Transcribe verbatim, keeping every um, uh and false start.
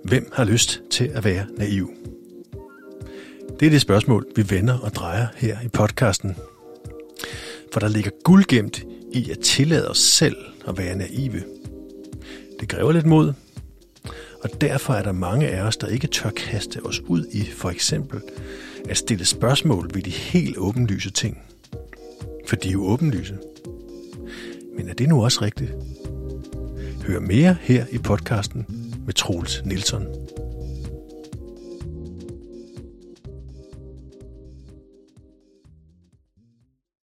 Hvem har lyst til at være naiv? Det er det spørgsmål, vi vender og drejer her i podcasten. For der ligger guld gemt i at tillade os selv at være naive. Det kræver lidt mod, og derfor er der mange af os, der ikke tør kaste os ud i for eksempel at stille spørgsmål ved de helt åbenlyse ting. For de er jo åbenlyse. Men er det nu også rigtigt? Hør mere her i podcasten med Troels Nilsson.